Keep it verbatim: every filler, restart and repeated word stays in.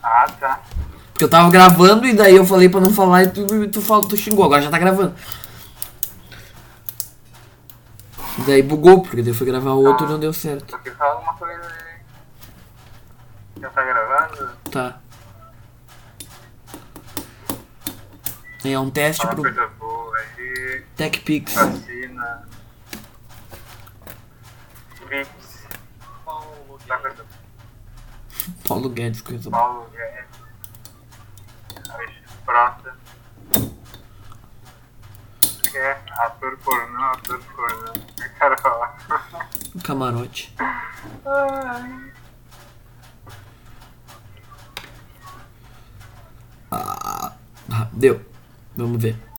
Ah, tá. Porque eu tava gravando e daí eu falei pra não falar e tu, tu, falou, tu xingou. Agora já tá gravando. E daí bugou, porque daí eu fui gravar o outro e não deu certo. Porque fala alguma coisa aí. Já tá gravando? Tá. É um teste Fala pro coisa boa aí. TechPix. Vacina. Vips. Tá coisa boa. Paulo Guedes, coisa boa. Paulo Guedes. Alexandre Frota. Que é ator pornô, ator pornô. Eu quero falar. Camarote. Ai. Ah, deu. Vamos ver.